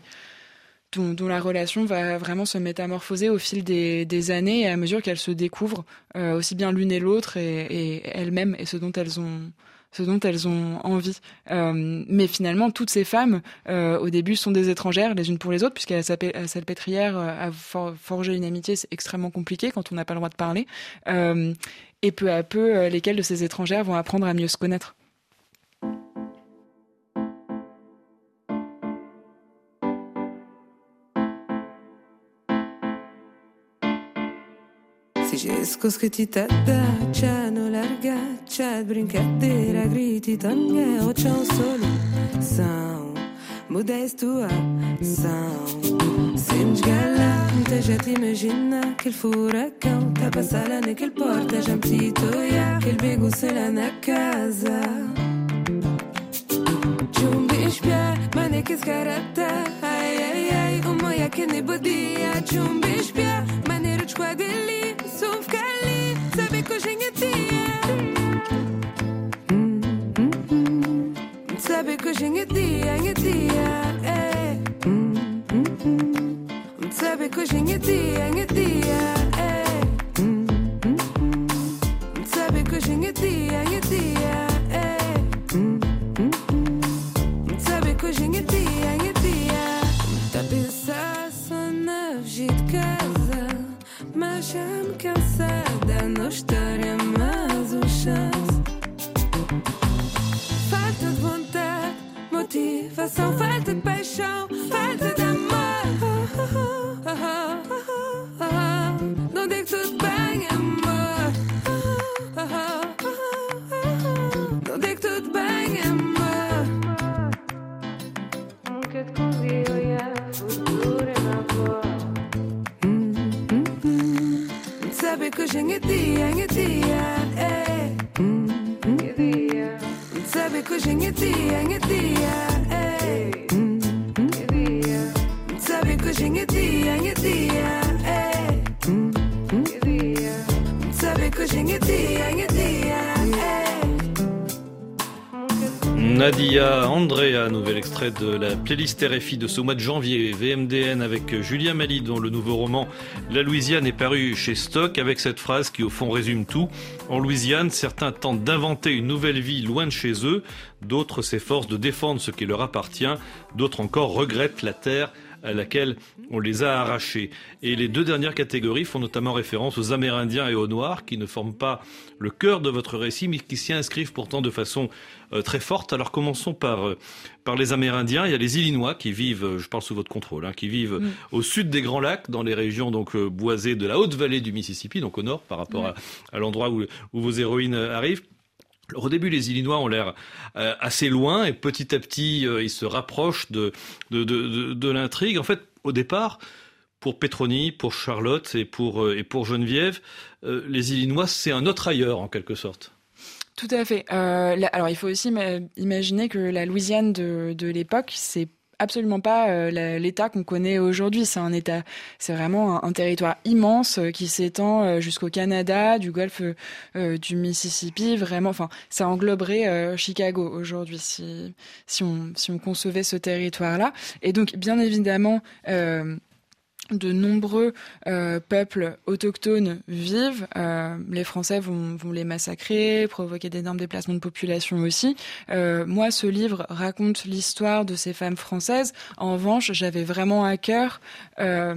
Dont, dont la relation va vraiment se métamorphoser au fil des, des années et à mesure qu'elles se découvrent, euh, aussi bien l'une et l'autre et, et elles-mêmes et ce dont elles ont... ce dont elles ont envie. Euh, mais finalement, toutes ces femmes, euh, au début, sont des étrangères, les unes pour les autres, puisqu'à la Salpêtrière, à for- forger une amitié, c'est extrêmement compliqué quand on n'a pas le droit de parler. Euh, et peu à peu, lesquelles de ces étrangères vont apprendre à mieux se connaître. Ticesco scrittitata, c'hanno larga, c'è brincadeira, griti tangue, o c'è un solo sound, modesto sound. Sentes galante, já te imagina aquele furacão, tá passada naquele porta, já me toia, aquele bego sei lá na casa. Chumbi espia, mane que scarata, ai ai ai, o moia que ne bodia, chumbi espia, maneira de esquadrilha, sou ficali, sabe que hoje é dia. Sabe que hoje é dia, é dia, é. Sabe que hoje é dia, é dia, é. Sabe que hoje é dia, é dia, é. Sabe que hoje é dia, é dia. Tá pensar só na vida de casa, mas já me cansada, não história, mas o chance. Falta de vontade, motivação, falta de paixão, falta de amor. Não digo tudo bem, amor. Não digo tudo bem, amor. Nunca te convido a futuro na voz. Sabe que hoje é dia, é dia, é. É dia. Sabe que hoje é dia, é dia, é. É dia. Sabe que hoje é dia, é dia, é. É dia. Sabe que hoje é dia, é dia, é. Nadia Andrea, nouvel extrait de la playlist R F I de ce mois de janvier. V M D N avec Julien Mali, dont le nouveau roman La Louisiane est paru chez Stock, avec cette phrase qui au fond résume tout. En Louisiane, certains tentent d'inventer une nouvelle vie loin de chez eux, d'autres s'efforcent de défendre ce qui leur appartient, d'autres encore regrettent la terre à laquelle on les a arrachés. Et les deux dernières catégories font notamment référence aux Amérindiens et aux Noirs, qui ne forment pas le cœur de votre récit, mais qui s'y inscrivent pourtant de façon euh, très forte. Alors commençons par, euh, par les Amérindiens. Il y a les Illinois qui vivent, je parle sous votre contrôle, hein, qui vivent mmh. au sud des Grands Lacs, dans les régions donc euh, boisées de la haute vallée du Mississippi, donc au nord par rapport mmh. à, à l'endroit où, où vos héroïnes arrivent. Alors, au début, les Illinois ont l'air euh, assez loin et petit à petit, euh, ils se rapprochent de, de, de, de, de l'intrigue. En fait, au départ, pour Pétronie, pour Charlotte et pour, euh, et pour Geneviève, euh, les Illinois, c'est un autre ailleurs, en quelque sorte. Tout à fait. Euh, là, alors, il faut aussi imaginer que la Louisiane de, de l'époque, c'est absolument pas euh, l'État qu'on connaît aujourd'hui. C'est un État, c'est vraiment un, un territoire immense euh, qui s'étend euh, jusqu'au Canada, du golfe euh, du Mississippi. Vraiment, enfin, ça engloberait euh, Chicago aujourd'hui si si on si on concevait ce territoire-là. Et donc, bien évidemment. Euh, de nombreux euh, peuples autochtones vivent. Euh, les Français vont, vont les massacrer, provoquer d'énormes déplacements de population aussi. Euh, moi, ce livre raconte l'histoire de ces femmes françaises. En revanche, j'avais vraiment à cœur euh,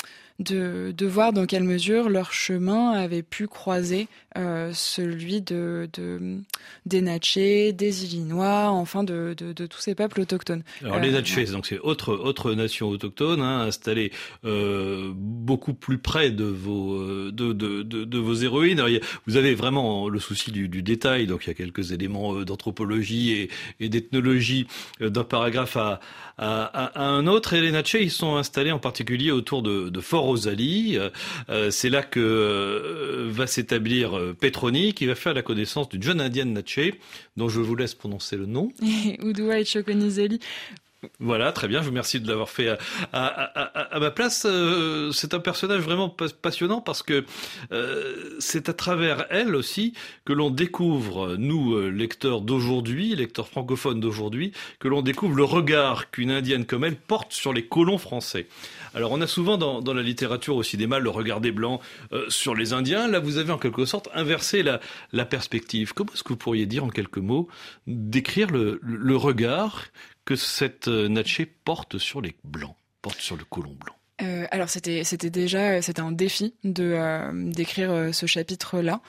de, de voir dans quelle mesure leur chemin avait pu croiser euh, celui de, de, des Natchez, des Illinois, enfin de, de, de tous ces peuples autochtones. Alors euh, les Natchez, ouais. donc c'est autre autre nation autochtone, hein, installée euh, beaucoup plus près de vos de de de, de vos héroïnes. Alors, il y a, vous avez vraiment le souci du, du détail, donc il y a quelques éléments d'anthropologie et, et d'ethnologie d'un paragraphe à, à à un autre. Et les Natchez, ils sont installés en particulier autour de, de Fort Rosalie. Euh, c'est là que euh, va s'établir Pétronie, qui va faire la connaissance d'une jeune indienne Natchez, dont je vous laisse prononcer le nom. Udua Etchokonizeli. Voilà, très bien, je vous remercie de l'avoir fait à, à, à, à ma place. Euh, c'est un personnage vraiment passionnant parce que euh, c'est à travers elle aussi que l'on découvre, nous, lecteurs d'aujourd'hui, lecteurs francophones d'aujourd'hui, que l'on découvre le regard qu'une indienne comme elle porte sur les colons français. Alors on a souvent dans, dans la littérature au cinéma le regard des Blancs euh, sur les Indiens. Là, vous avez en quelque sorte inversé la, la perspective. Comment est-ce que vous pourriez dire en quelques mots, décrire le, le regard que cette Natchez porte sur les Blancs, porte sur le colon blanc? Euh, alors c'était c'était déjà c'était un défi de euh, d'écrire euh, ce chapitre-là.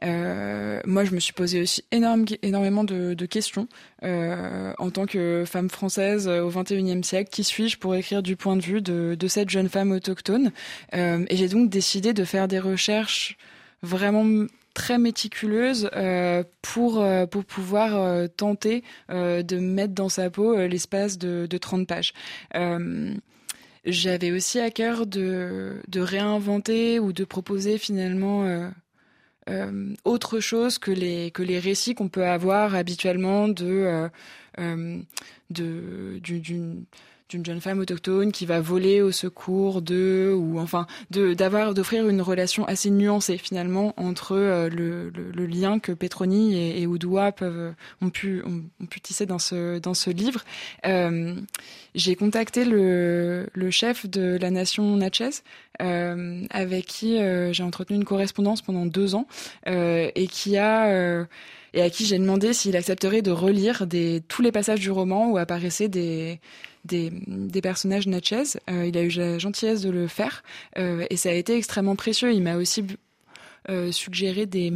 Euh, moi, je me suis posé aussi énorme, énormément de, de questions euh, en tant que femme française au vingt et unième siècle. Qui suis-je pour écrire du point de vue de, de cette jeune femme autochtone euh, Et j'ai donc décidé de faire des recherches vraiment très méticuleuses euh, pour euh, pour pouvoir euh, tenter euh, de mettre dans sa peau euh, l'espace de, de trente pages. Euh, J'avais aussi à cœur de, de réinventer ou de proposer finalement euh, euh, autre chose que les, que les récits qu'on peut avoir habituellement de, euh, euh, de, d'une, d'une, d'une jeune femme autochtone qui va voler au secours de, ou enfin, de, d'avoir, d'offrir une relation assez nuancée finalement entre euh, le, le, le lien que Petroni et, et Oudoua peuvent, ont pu, ont, ont pu tisser dans ce, dans ce livre. Euh, J'ai contacté le, le chef de la nation Natchez, euh, avec qui euh, j'ai entretenu une correspondance pendant deux ans, euh, et qui a euh, et à qui j'ai demandé s'il accepterait de relire des, tous les passages du roman où apparaissaient des des, des personnages Natchez. Euh, il a eu la gentillesse de le faire, euh, et ça a été extrêmement précieux. Il m'a aussi euh, suggéré des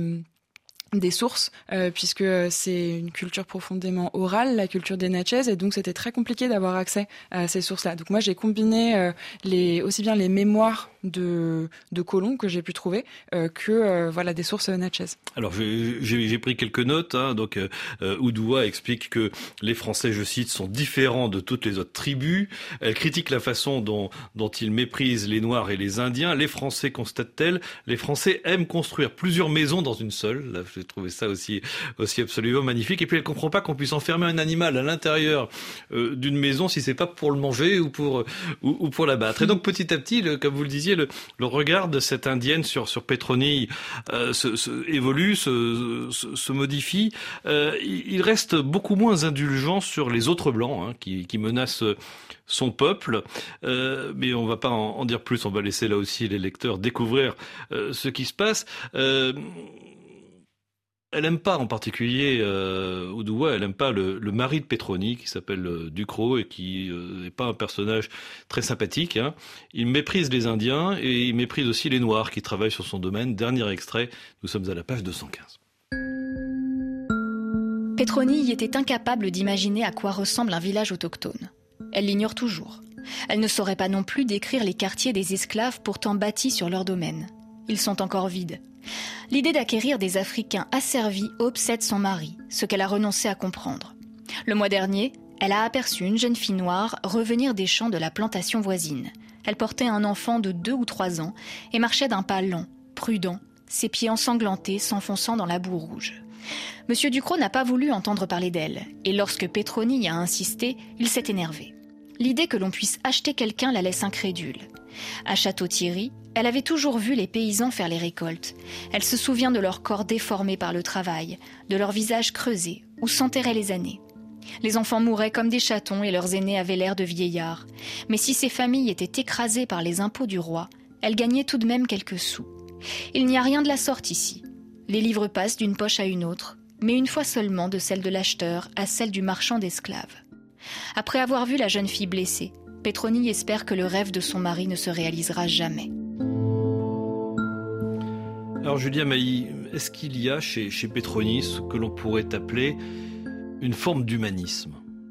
des sources, euh, puisque c'est une culture profondément orale, la culture des Natchez, et donc c'était très compliqué d'avoir accès à ces sources-là. Donc moi, j'ai combiné euh, les, aussi bien les mémoires de, de colons que j'ai pu trouver euh, que euh, voilà, des sources Natchez. Alors, j'ai, j'ai, j'ai pris quelques notes. Hein, donc, euh, Oudoua explique que les Français, je cite, sont différents de toutes les autres tribus. Elle critique la façon dont, dont ils méprisent les Noirs et les Indiens. Les Français, constate-t-elle, les Français aiment construire plusieurs maisons dans une seule. Là, j'ai trouvé ça aussi, aussi absolument magnifique. Et puis elle comprend pas qu'on puisse enfermer un animal à l'intérieur euh, d'une maison si c'est pas pour le manger ou pour ou, ou pour l'abattre. Et donc petit à petit, le, comme vous le disiez, le, le regard de cette indienne sur sur Petroni euh, se, se, évolue, se, se, se modifie. Euh, il reste beaucoup moins indulgent sur les autres blancs hein, qui, qui menacent son peuple, euh, mais on va pas en, en dire plus. On va laisser là aussi les lecteurs découvrir euh, ce qui se passe. Euh, Elle aime pas en particulier euh, Oudoua, elle aime pas le, le mari de Petroni qui s'appelle euh, Ducrot et qui euh, n'est pas un personnage très sympathique. Hein. Il méprise les Indiens et il méprise aussi les Noirs qui travaillent sur son domaine. Dernier extrait, nous sommes à la page deux cent quinze. Petroni y était incapable d'imaginer à quoi ressemble un village autochtone. Elle l'ignore toujours. Elle ne saurait pas non plus décrire les quartiers des esclaves pourtant bâtis sur leur domaine. Ils sont encore vides. L'idée d'acquérir des Africains asservis obsède son mari, ce qu'elle a renoncé à comprendre. Le mois dernier, elle a aperçu une jeune fille noire revenir des champs de la plantation voisine. Elle portait un enfant de deux ou trois ans et marchait d'un pas lent, prudent, ses pieds ensanglantés s'enfonçant dans la boue rouge. Monsieur Ducrot n'a pas voulu entendre parler d'elle, et lorsque Petroni y a insisté, il s'est énervé. L'idée que l'on puisse acheter quelqu'un la laisse incrédule. À Château-Thierry, elle avait toujours vu les paysans faire les récoltes. Elle se souvient de leur corps déformé par le travail, de leur visage creusé, où s'enterraient les années. Les enfants mouraient comme des chatons et leurs aînés avaient l'air de vieillards. Mais si ces familles étaient écrasées par les impôts du roi, elles gagnaient tout de même quelques sous. Il n'y a rien de la sorte ici. Les livres passent d'une poche à une autre, mais une fois seulement de celle de l'acheteur à celle du marchand d'esclaves. Après avoir vu la jeune fille blessée, Petroni espère que le rêve de son mari ne se réalisera jamais. Alors Julia Mailly, est-ce qu'il y a chez, chez Petroni ce que l'on pourrait appeler une forme d'humanisme ?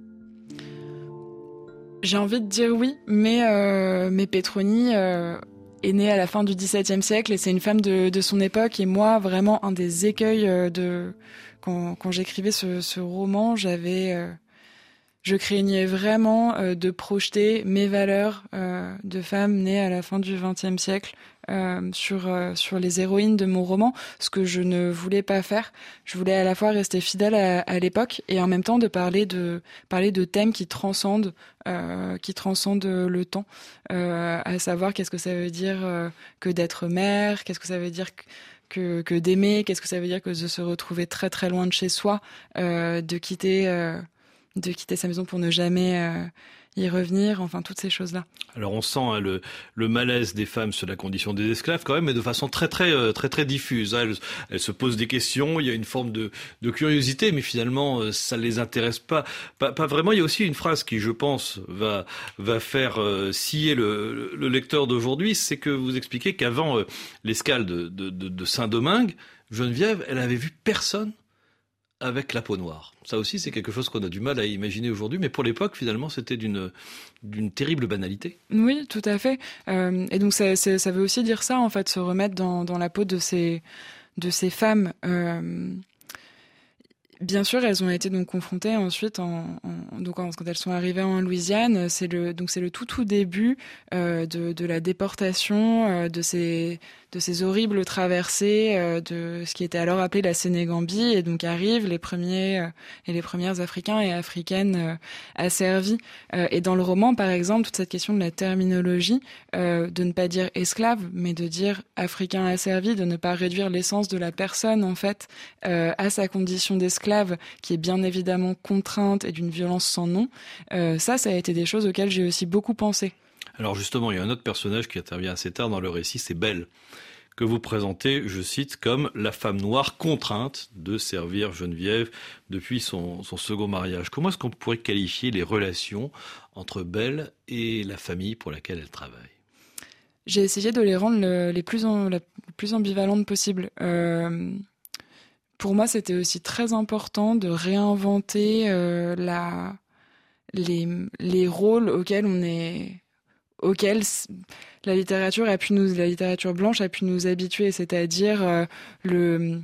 J'ai envie de dire oui, mais, euh, mais Petroni euh, est née à la fin du dix-septième siècle et c'est une femme de, de son époque. Et moi, vraiment, un des écueils de... Quand, quand j'écrivais ce, ce roman, j'avais... Euh, Je craignais vraiment euh, de projeter mes valeurs euh, de femme née à la fin du vingtième siècle euh, sur euh, sur les héroïnes de mon roman, ce que je ne voulais pas faire. Je voulais à la fois rester fidèle à, à l'époque et en même temps de parler de parler de thèmes qui transcendent euh, qui transcendent le temps, euh, à savoir qu'est-ce que ça veut dire euh, que d'être mère, qu'est-ce que ça veut dire que Que, que d'aimer, qu'est-ce que ça veut dire que de se retrouver très très loin de chez soi, euh, de quitter euh, de quitter sa maison pour ne jamais euh, y revenir, enfin toutes ces choses-là. Alors on sent hein, le, le malaise des femmes sur la condition des esclaves quand même, mais de façon très très très très, très diffuse. Hein. Elles, elles se posent des questions, il y a une forme de, de curiosité, mais finalement ça les intéresse pas, pas, pas vraiment. Il y a aussi une phrase qui, je pense, va va faire euh, scier le, le lecteur d'aujourd'hui, c'est que vous expliquez qu'avant euh, l'escale de, de, de, de Saint-Domingue, Geneviève, elle avait vu personne avec la peau noire. Ça aussi, c'est quelque chose qu'on a du mal à imaginer aujourd'hui, mais pour l'époque, finalement, c'était d'une d'une terrible banalité. Oui, tout à fait. Euh, et donc, ça, ça, ça veut aussi dire ça, en fait, se remettre dans, dans la peau de ces, de ces femmes. Euh, Bien sûr, elles ont été donc confrontées ensuite, en, en, donc quand elles sont arrivées en Louisiane, c'est le donc c'est le tout tout début euh, de, de la déportation, euh, de ces de ces horribles traversées euh, de ce qui était alors appelé la Sénégambie, et donc arrivent les premiers euh, et les premières Africains et Africaines euh, asservis. Euh, et dans le roman, par exemple, toute cette question de la terminologie, euh, de ne pas dire esclave, mais de dire Africain asservi, de ne pas réduire l'essence de la personne en fait euh, à sa condition d'esclave, qui est bien évidemment contrainte et d'une violence sans nom. Euh, ça, ça a été des choses auxquelles j'ai aussi beaucoup pensé. Alors justement, il y a un autre personnage qui intervient assez tard dans le récit, c'est Belle, que vous présentez, je cite, comme la femme noire contrainte de servir Geneviève depuis son, son second mariage. Comment est-ce qu'on pourrait qualifier les relations entre Belle et la famille pour laquelle elle travaille ? J'ai essayé de les rendre le, les plus, en, la, les plus ambivalentes possibles. Euh, pour moi, c'était aussi très important de réinventer euh, la, les, les rôles auxquels on est... auquel la littérature a pu nous, la littérature blanche a pu nous habituer, c'est-à-dire euh, le,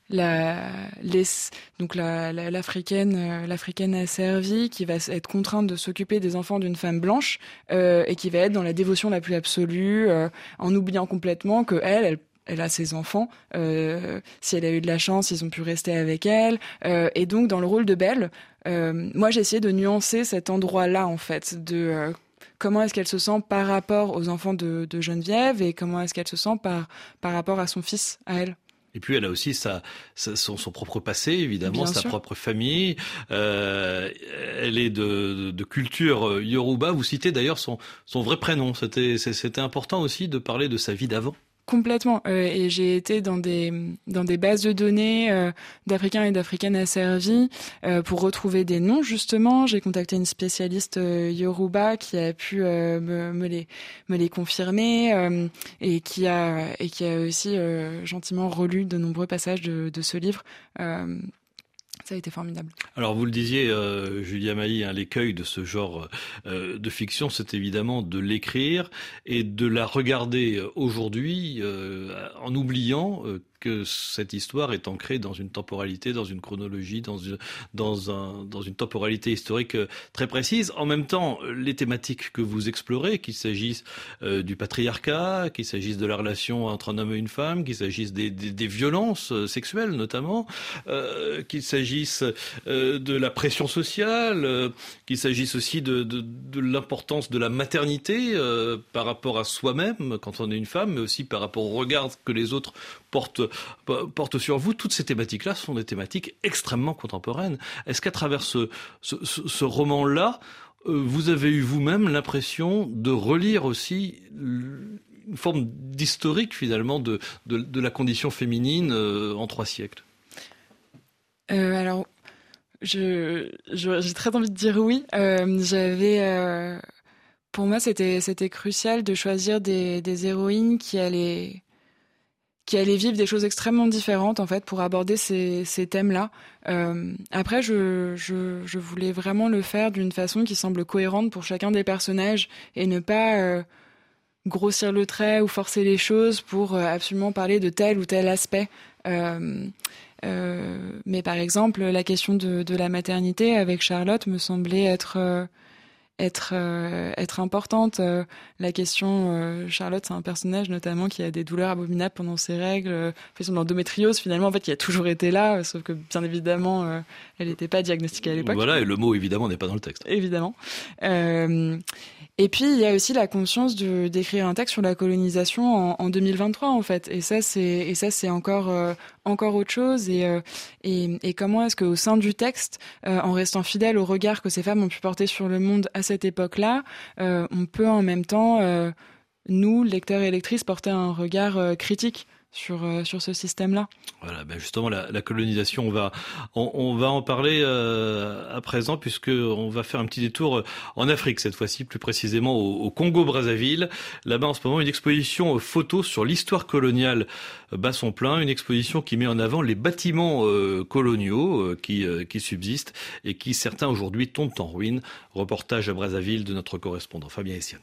la, les, donc la, la, l'africaine, euh, l'africaine asservie qui va être contrainte de s'occuper des enfants d'une femme blanche euh, et qui va être dans la dévotion la plus absolue, euh, en oubliant complètement que elle, elle Elle a ses enfants. Euh, si elle a eu de la chance, ils ont pu rester avec elle. Euh, et donc, dans le rôle de Belle, euh, moi, j'ai essayé de nuancer cet endroit-là, en fait, de euh, comment est-ce qu'elle se sent par rapport aux enfants de, de Geneviève et comment est-ce qu'elle se sent par, par rapport à son fils, à elle. Et puis elle a aussi sa, sa, son, son propre passé, évidemment, Bien sa sûr. propre famille. Euh, elle est de, de culture yoruba. Vous citez d'ailleurs son, son vrai prénom. C'était, c'était important aussi de parler de sa vie d'avant. Complètement. Euh, et j'ai été dans des dans des bases de données euh, d'Africains et d'Africaines asservis euh, pour retrouver des noms. Justement, j'ai contacté une spécialiste euh, Yoruba qui a pu euh, me, me les me les confirmer euh, et qui a et qui a aussi euh, gentiment relu de nombreux passages de, de ce livre. Euh, Ça a été formidable. Alors vous le disiez, euh, Julia Mailly, hein, l'écueil de ce genre euh, de fiction, c'est évidemment de l'écrire et de la regarder aujourd'hui euh, en oubliant euh, que cette histoire est ancrée dans une temporalité, dans une chronologie, dans une, dans un, dans une temporalité historique très précise. En même temps, les thématiques que vous explorez, qu'il s'agisse euh, du patriarcat, qu'il s'agisse de la relation entre un homme et une femme, qu'il s'agisse des, des, des violences sexuelles notamment, euh, qu'il s'agisse euh, de la pression sociale, euh, qu'il s'agisse aussi de, de, de l'importance de la maternité euh, par rapport à soi-même quand on est une femme, mais aussi par rapport au regard que les autres portent porte sur vous. Toutes ces thématiques-là sont des thématiques extrêmement contemporaines. Est-ce qu'à travers ce, ce, ce roman-là, euh, vous avez eu vous-même l'impression de relire aussi une forme d'historique finalement de, de, de la condition féminine euh, en trois siècles ? euh, Alors, je, je, j'ai très envie de dire oui. Euh, j'avais... Euh, pour moi, c'était, c'était crucial de choisir des, des héroïnes qui allaient... qui allaient vivre des choses extrêmement différentes en fait pour aborder ces, ces thèmes-là. Euh, après, je, je, je voulais vraiment le faire d'une façon qui semble cohérente pour chacun des personnages et ne pas euh, grossir le trait ou forcer les choses pour euh, absolument parler de tel ou tel aspect. Euh, euh, mais par exemple, la question de, de la maternité avec Charlotte me semblait être... Euh, être euh, être importante. Euh, la question, euh, Charlotte, c'est un personnage notamment qui a des douleurs abominables pendant ses règles, euh, fait son endométriose finalement, en fait, qui a toujours été là, euh, sauf que bien évidemment, euh, elle n'était pas diagnostiquée à l'époque. Voilà, et le mot évidemment n'est pas dans le texte. Évidemment. Euh, et puis il y a aussi la conscience de d'écrire un texte sur la colonisation en, en deux mille vingt-trois en fait, et ça c'est et ça c'est encore euh, encore autre chose et, euh, et, et comment est-ce qu'au sein du texte, euh, en restant fidèle au regard que ces femmes ont pu porter sur le monde à cette époque-là, euh, on peut en même temps, euh, nous, lecteurs et lectrices, porter un regard euh, critique sur euh, sur ce système-là. Voilà, ben justement la, la colonisation, on va on, on va en parler euh, à présent puisque on va faire un petit détour en Afrique cette fois-ci, plus précisément au, au Congo-Brazzaville. Là-bas en ce moment une exposition photo sur l'histoire coloniale bat son plein, une exposition qui met en avant les bâtiments euh, coloniaux euh, qui euh, qui subsistent et qui certains aujourd'hui tombent en ruine. Reportage à Brazzaville de notre correspondant Fabien Essiane.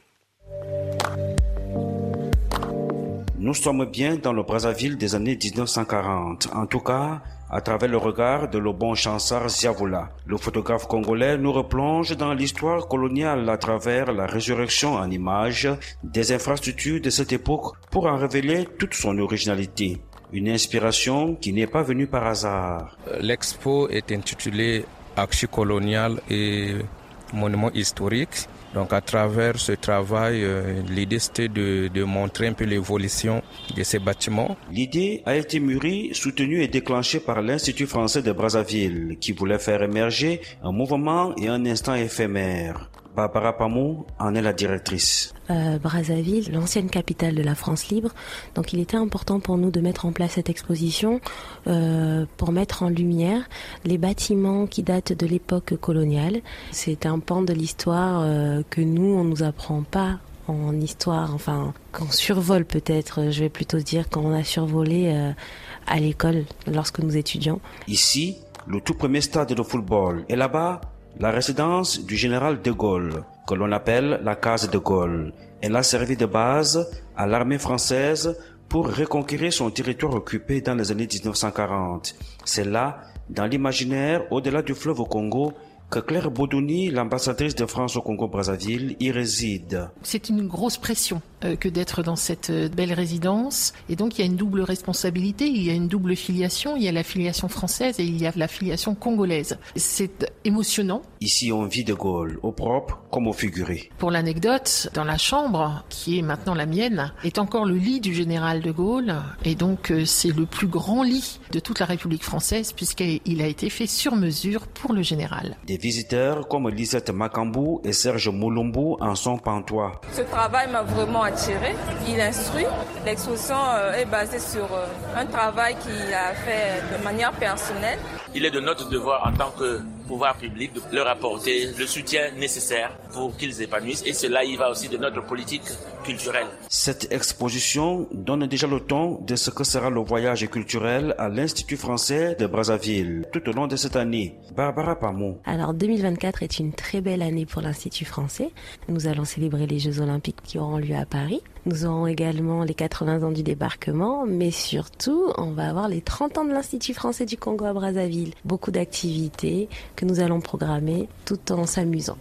Nous sommes bien dans le Brazzaville des années dix-neuf cent quarante, en tout cas à travers le regard de Lobon Chansar Ziavoula. Le photographe congolais nous replonge dans l'histoire coloniale à travers la résurrection en images des infrastructures de cette époque pour en révéler toute son originalité. Une inspiration qui n'est pas venue par hasard. L'expo est intitulée Archi colonial et monument historique. Donc à travers ce travail, euh, l'idée c'était de, de montrer un peu l'évolution de ces bâtiments. L'idée a été mûrie, soutenue et déclenchée par l'Institut français de Brazzaville, qui voulait faire émerger un mouvement et un instant éphémère. Barbara Pamou en est la directrice. Euh, Brazzaville, l'ancienne capitale de la France libre. Donc il était important pour nous de mettre en place cette exposition euh, pour mettre en lumière les bâtiments qui datent de l'époque coloniale. C'est un pan de l'histoire euh, que nous, on nous apprend pas en histoire, enfin qu'on survole peut-être, je vais plutôt dire qu'on a survolé euh, à l'école lorsque nous étudions. Ici, le tout premier stade de football. Et là-bas, la résidence du général de Gaulle, que l'on appelle la case de Gaulle. Elle a servi de base à l'armée française pour reconquérir son territoire occupé dans les années dix-neuf cent quarante. C'est là, dans l'imaginaire, au-delà du fleuve au Congo, que Claire Boudouni, l'ambassadrice de France au Congo-Brazzaville, y réside. C'est une grosse pression euh, que d'être dans cette euh, belle résidence. Et donc, il y a une double responsabilité, il y a une double filiation. Il y a la filiation française et il y a la filiation congolaise. C'est émotionnant. Ici, on vit de Gaulle, au propre comme au figuré. Pour l'anecdote, dans la chambre, qui est maintenant la mienne, est encore le lit du général de Gaulle. Et donc, euh, c'est le plus grand lit de toute la République française, puisqu'il a été fait sur mesure pour le général. Des visiteurs comme Lisette Makambou et Serge Moulumbu en sont pantois. Ce travail m'a vraiment attiré. Il instruit. L'exposition est basée sur un travail qu'il a fait de manière personnelle. Il est de notre devoir en tant que pouvoir public de leur apporter le soutien nécessaire pour qu'ils épanouissent. Et cela y va aussi de notre politique culturelle. Cette exposition donne déjà le ton de ce que sera le voyage culturel à l'Institut français de Brazzaville tout au long de cette année. Barbara Pamou. Alors deux mille vingt-quatre est une très belle année pour l'Institut français. Nous allons célébrer les Jeux olympiques qui auront lieu à Paris. Nous aurons également les quatre-vingts ans du débarquement, mais surtout, on va avoir les trente ans de l'Institut français du Congo à Brazzaville. Beaucoup d'activités que nous allons programmer tout en s'amusant.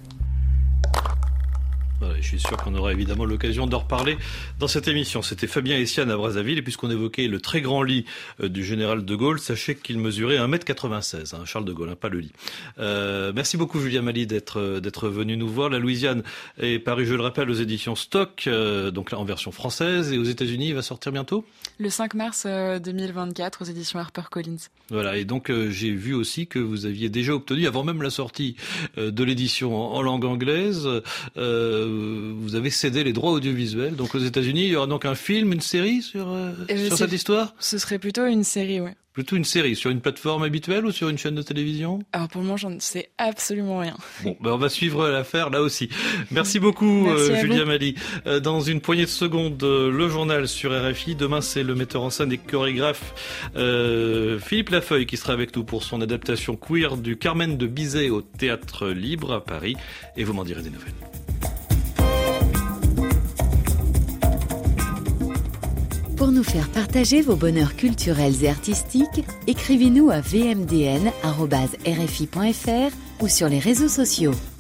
Voilà, je suis sûr qu'on aura évidemment l'occasion d'en reparler dans cette émission. C'était Fabien Essiane à Brazzaville, et puisqu'on évoquait le très grand lit euh, du général de Gaulle, sachez qu'il mesurait un mètre quatre-vingt-seize, hein, Charles de Gaulle, hein, pas le lit. Euh, merci beaucoup Julia Mali d'être d'être venu nous voir. La Louisiane est parue, je le rappelle, aux éditions Stock, euh, donc là en version française, et aux États-Unis, il va sortir bientôt Le cinq mars deux mille vingt-quatre aux éditions HarperCollins. Voilà, et donc euh, j'ai vu aussi que vous aviez déjà obtenu, avant même la sortie euh, de l'édition en, en langue anglaise, euh, vous avez cédé les droits audiovisuels. Donc aux États-Unis, il y aura donc un film, une série sur, euh, sur cette histoire ? Ce serait plutôt une série, ouais. Plutôt une série, sur une plateforme habituelle ou sur une chaîne de télévision ? Alors pour le moment, j'en sais absolument rien. Bon, ben on va suivre l'affaire là aussi. Merci beaucoup Merci euh, Julia vous. Mali. Euh, dans une poignée de secondes, euh, le journal sur R F I. Demain, c'est le metteur en scène et chorégraphe euh, Philippe Lafeuille qui sera avec nous pour son adaptation queer du Carmen de Bizet au Théâtre Libre à Paris. Et vous m'en direz des nouvelles. Pour nous faire partager vos bonheurs culturels et artistiques, écrivez-nous à v m d n arobase r f i point f r ou sur les réseaux sociaux.